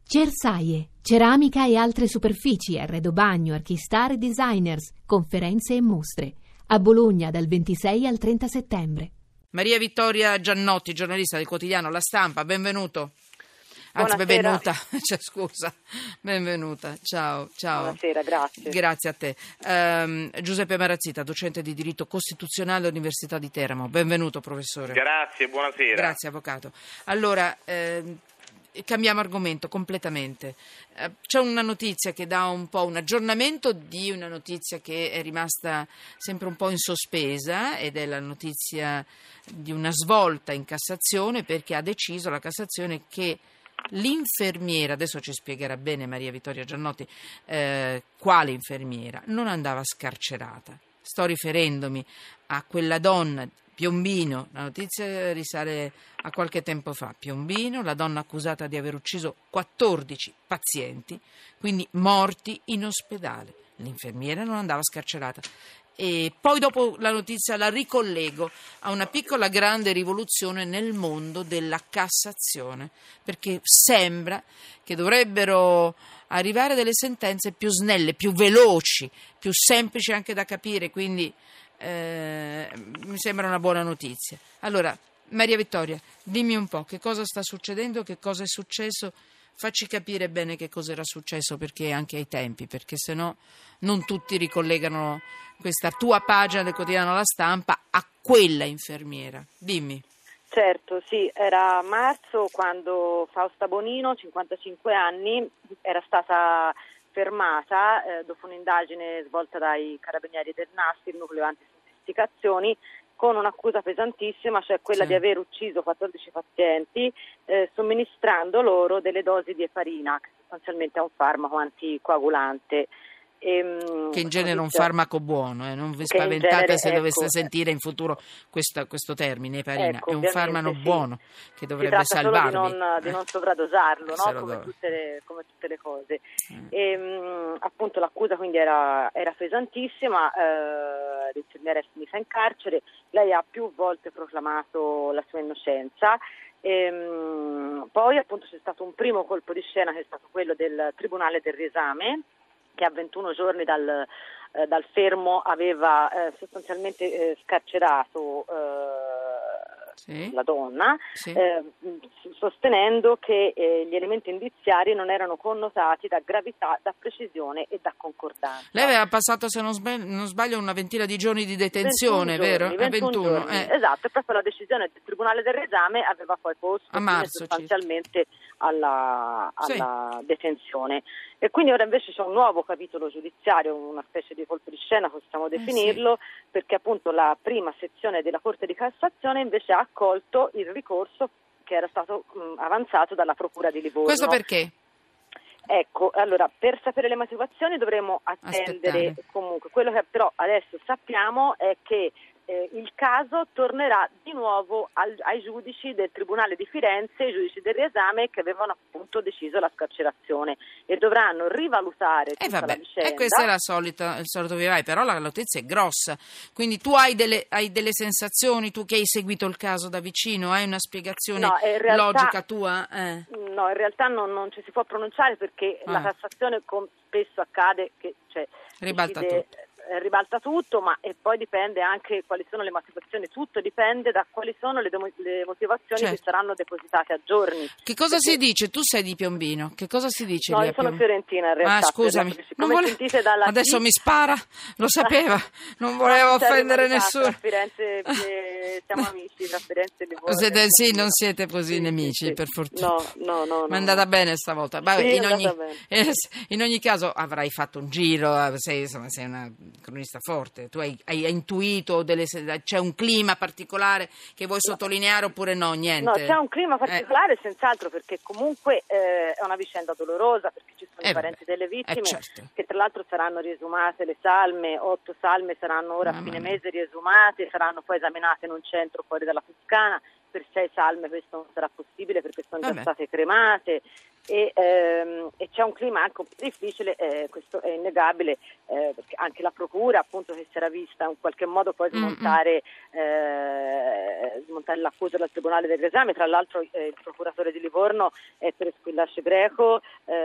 Cersaie, ceramica e altre superfici, arredo bagno, archistar e designers, conferenze e mostre. A Bologna dal 26 al 30 settembre. Maria Vittoria Giannotti, giornalista del quotidiano La Stampa, benvenuto. Anzi, Buonasera. benvenuta, scusa, benvenuta, ciao. Buonasera, grazie. Grazie a te. Giuseppe Marazzita, docente di diritto costituzionale all'Università di Teramo, benvenuto professore. Grazie, buonasera. Grazie avvocato. Allora, cambiamo argomento completamente. C'è una notizia che dà un po' un aggiornamento di una notizia che è rimasta sempre un po' in sospesa, ed è la notizia di una svolta in Cassazione, perché ha deciso la Cassazione che l'infermiera, adesso ci spiegherà bene Maria Vittoria Giannotti quale infermiera, non andava scarcerata. Sto riferendomi a quella donna Piombino, la notizia risale a qualche tempo fa. Piombino, la donna accusata di aver ucciso 14 pazienti, quindi morti in ospedale. L'infermiera non andava scarcerata. E poi dopo la notizia la ricollego a una piccola grande rivoluzione nel mondo della Cassazione, perché sembra che dovrebbero arrivare delle sentenze più snelle, più veloci, più semplici anche da capire, quindi mi sembra una buona notizia. Allora, Maria Vittoria, dimmi un po' che cosa sta succedendo, che cosa è successo, facci capire bene che cosa era successo, perché anche ai tempi, perché sennò non tutti ricollegano questa tua pagina del quotidiano La Stampa a quella infermiera. Dimmi. Certo, sì, era marzo quando Fausta Bonino, 55 anni, era stata fermata dopo un'indagine svolta dai carabinieri del NASI, il nucleo antisemplificazioni, con un'accusa pesantissima, cioè quella di aver ucciso 14 pazienti somministrando loro delle dosi di eparina, che sostanzialmente è un farmaco anticoagulante. Che in genere è un farmaco buono, non vi spaventate se doveste sentire in futuro questo termine, eparina, è un farmaco buono che dovrebbe salvarvi. Solo di non sovradosarlo, no? come tutte le cose. Appunto l'accusa quindi era pesantissima, l'infermiera è finita in carcere, lei ha più volte proclamato la sua innocenza. Poi appunto c'è stato un primo colpo di scena, che è stato quello del Tribunale del Riesame, che a 21 giorni dal fermo aveva sostanzialmente scarcerato la donna, sostenendo che gli elementi indiziari non erano connotati da gravità, da precisione e da concordanza. Lei aveva passato, se non sbaglio, una ventina di giorni di detenzione, 21 giorni. Esatto, e proprio la decisione del Tribunale del Riesame aveva poi posto sostanzialmente alla detenzione. E quindi ora invece c'è un nuovo capitolo giudiziario, una specie di colpo di scena, possiamo definirlo, perché appunto la prima sezione della Corte di Cassazione invece ha accolto il ricorso che era stato avanzato dalla Procura di Livorno. Questo perché? Ecco, allora, per sapere le motivazioni dovremo attendere comunque. Quello che però adesso sappiamo è che il caso tornerà di nuovo ai giudici del Tribunale di Firenze, i giudici del riesame che avevano appunto deciso la scarcerazione, e dovranno rivalutare tutta la vicenda. E questo era il solito vivai, però la notizia è grossa, quindi tu hai delle sensazioni, tu che hai seguito il caso da vicino, hai una spiegazione logica tua? No, in realtà non ci si può pronunciare, perché la Cassazione, come spesso accade, che ribalta tutto, ma e poi dipende anche quali sono le motivazioni, tutto dipende da quali sono le motivazioni che saranno depositate a giorni. Che cosa si dice? Tu sei di Piombino, che cosa si dice? No, io sono fiorentina in realtà. Scusami, adesso mi spara, lo sapeva, non volevo offendere nessuno. Tra Firenze siamo amici, tra Firenze e Livorno. Sì, non siete così nemici, per fortuna. No. Ma è andata bene stavolta. In ogni caso avrai fatto un giro, sei una cronista forte, tu hai intuito c'è un clima particolare che vuoi sottolineare oppure no? Niente? No, c'è un clima particolare senz'altro, perché comunque è una vicenda dolorosa, perché ci sono i parenti delle vittime che tra l'altro saranno riesumate le salme, 8 salme saranno ora a fine mese riesumate, saranno poi esaminate in un centro fuori dalla Toscana, per 6 salme questo non sarà possibile perché sono già state cremate. E c'è un clima anche un po' difficile, questo è innegabile, perché anche la procura appunto che si era vista in qualche modo poi smontare l'accusa dal Tribunale dell'Esame. Tra l'altro il procuratore di Livorno, Ettore Squillace Greco,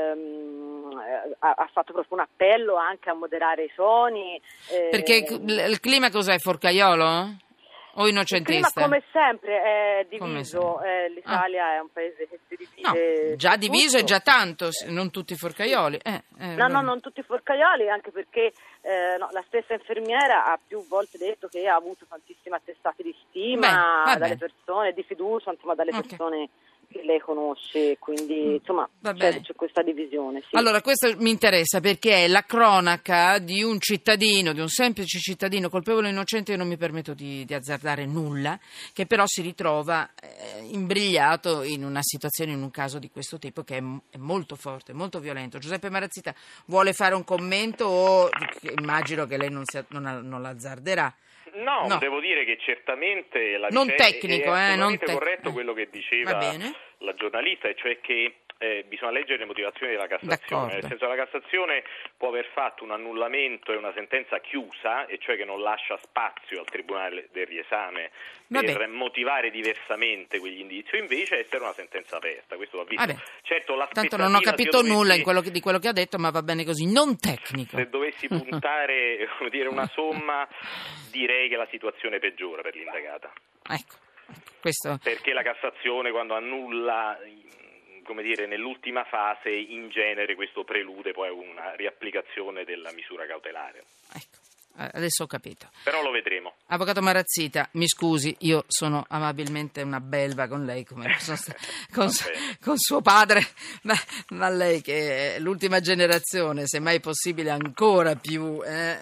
ha fatto proprio un appello anche a moderare i suoni. Perché il clima cos'è, forcaiolo? O innocentista? Il clima come sempre è diviso, l'Italia è un paese che si divide. No, già diviso è già tanto, non tutti i forcaioli. No, non tutti i forcaioli, anche perché la stessa infermiera ha più volte detto che ha avuto tantissimi attestati di stima dalle persone, di fiducia, insomma dalle persone che lei conosce, quindi insomma c'è questa divisione. Sì. Allora questo mi interessa perché è la cronaca di un cittadino, di un semplice cittadino colpevole o innocente, io non mi permetto di azzardare nulla, che però si ritrova imbrigliato in una situazione, in un caso di questo tipo che è molto forte, molto violento. Giuseppe Marazzita vuole fare un commento o immagino che lei non l'azzarderà? No, devo dire che certamente la non tecnico, è non corretto quello che diceva la giornalista, e cioè che bisogna leggere le motivazioni della Cassazione. D'accordo. Nel senso, la Cassazione può aver fatto un annullamento e una sentenza chiusa, e cioè che non lascia spazio al Tribunale del riesame per motivare diversamente quegli indizi, o invece essere una sentenza aperta. Questo va visto. Certo, tanto non ho capito nulla di quello che ha detto, ma va bene così, non tecnico. Se dovessi puntare una somma, direi che la situazione peggiora per l'indagata. Ecco, questo. Perché la Cassazione, quando annulla, nell'ultima fase, in genere questo prelude poi a una riapplicazione della misura cautelare. Ecco, adesso ho capito. Però lo vedremo. Avvocato Marazzita, mi scusi, io sono amabilmente una belva con lei, come con suo padre, ma lei che è l'ultima generazione, se mai possibile ancora più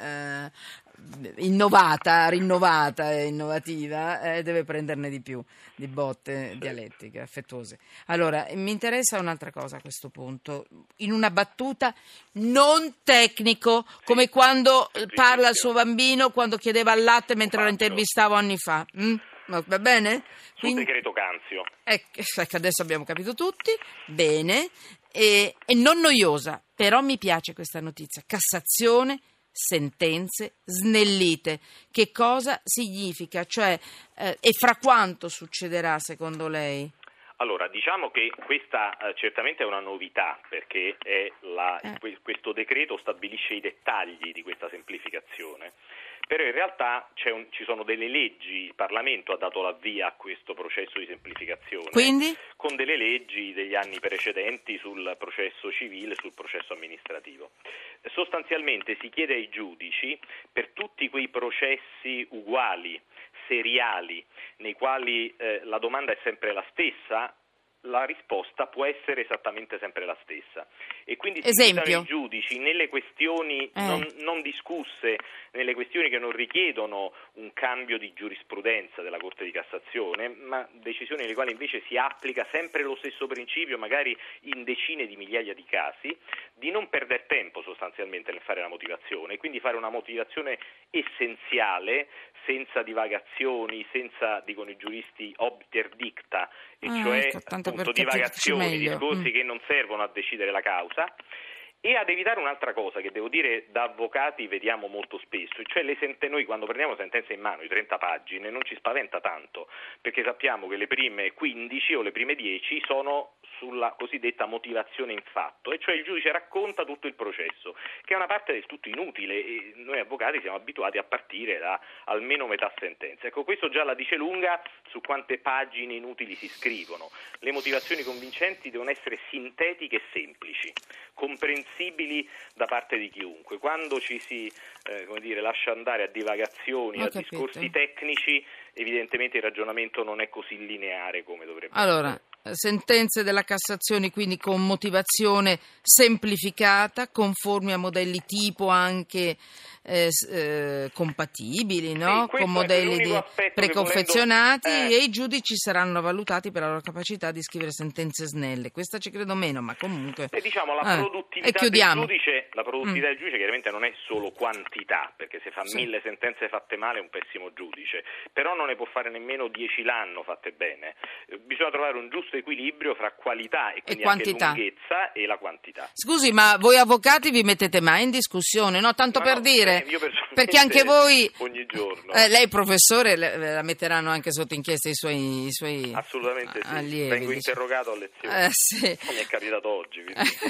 rinnovata e innovativa, deve prenderne di più, di botte dialettiche, affettuose. Allora, mi interessa un'altra cosa a questo punto, in una battuta non tecnico, come quando parla il suo bambino quando chiedeva il latte mentre lo intervistavo anni fa. Va bene? Sul decreto Canzio. Ecco, adesso abbiamo capito tutti, bene, e non noiosa, però mi piace questa notizia. Cassazione, sentenze snellite. Che cosa significa? Cioè, e fra quanto succederà secondo lei? Allora, diciamo che questa certamente è una novità, perché questo decreto stabilisce i dettagli di questa semplificazione. Però in realtà ci sono delle leggi, il Parlamento ha dato l'avvia a questo processo di semplificazione. Quindi? Con delle leggi degli anni precedenti sul processo civile e sul processo amministrativo. Sostanzialmente si chiede ai giudici, per tutti quei processi uguali, seriali, nei quali la domanda è sempre la stessa, la risposta può essere esattamente sempre la stessa, e quindi si invitano i giudici nelle questioni non discusse, nelle questioni che non richiedono un cambio di giurisprudenza della Corte di Cassazione, ma decisioni nelle quali invece si applica sempre lo stesso principio, magari in decine di migliaia di casi, di non perdere tempo sostanzialmente nel fare la motivazione, e quindi fare una motivazione essenziale, senza divagazioni, senza, dicono i giuristi, obiter dicta, e cioè appunto divagazioni, discorsi che non servono a decidere la causa. E ad evitare un'altra cosa che devo dire da avvocati vediamo molto spesso, cioè noi quando prendiamo sentenze in mano, i 30 pagine, non ci spaventa tanto, perché sappiamo che le prime 15 o le prime 10 sono sulla cosiddetta motivazione in fatto, e cioè il giudice racconta tutto il processo, che è una parte del tutto inutile, e noi avvocati siamo abituati a partire da almeno metà sentenza. Ecco, questo già la dice lunga su quante pagine inutili si scrivono. Le motivazioni convincenti devono essere sintetiche e semplici, comprensibili da parte di chiunque. Quando ci si lascia andare a divagazioni, a discorsi tecnici, evidentemente il ragionamento non è così lineare come dovrebbe essere. Allora, sentenze della Cassazione quindi con motivazione semplificata, conformi a modelli tipo anche compatibili, no? Sì, Con modelli preconfezionati, volendo, e i giudici saranno valutati per la loro capacità di scrivere sentenze snelle. Questa ci credo meno, ma comunque diciamo la produttività del giudice, del giudice chiaramente non è solo quantità, perché se fa 1000 sentenze fatte male è un pessimo giudice, però non ne può fare nemmeno 10 l'anno fatte bene. Bisogna trovare un giusto equilibrio fra qualità e quindi anche lunghezza e la quantità. Scusi, ma voi avvocati vi mettete mai in discussione? No, tanto per dire, perché anche voi ogni giorno. Lei professore la metteranno anche sotto inchiesta i suoi assolutamente allievi. Vengo interrogato a lezione. Sì. Mi è capitato oggi.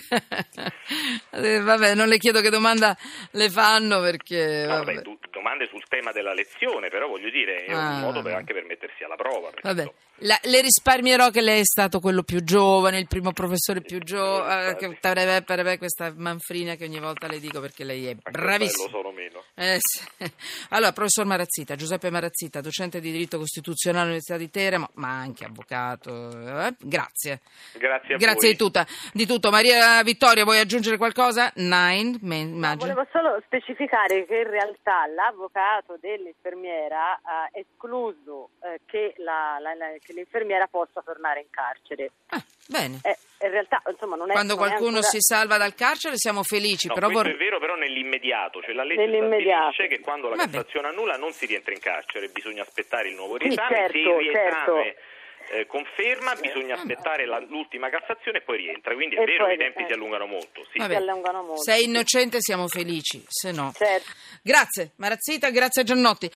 Vabbè, non le chiedo che domanda le fanno perché domande sul tema della lezione, però voglio dire è un modo anche per mettersi alla prova. Vabbè. Le risparmierò che lei è stato quello più giovane, il primo professore più giovane, che avrebbe questa manfrina che ogni volta le dico perché lei è bravissimo. Lo sono meno. Sì. Allora, professor Marazzita, Giuseppe Marazzita, docente di diritto costituzionale all'Università di Teramo, ma anche avvocato. Grazie. Grazie a Grazie voi. di tutto. Maria Vittoria, vuoi aggiungere qualcosa? Immagino. Volevo solo specificare che in realtà l'avvocato dell'infermiera ha escluso che l'infermiera possa tornare in carcere. Bene. In realtà, insomma, non è. Quando qualcuno si salva dal carcere siamo felici, No, però questo è vero, però nell'immediato, cioè la legge stabilisce che quando la Cassazione annulla non si rientra in carcere, bisogna aspettare il nuovo riesame, se il riesame conferma, bisogna aspettare l'ultima Cassazione e poi rientra, quindi è vero, i tempi si allungano molto. Sì. Si allungano molto. Se è innocente siamo felici, se no. Certo. Grazie Marazzita, grazie a Giannotti.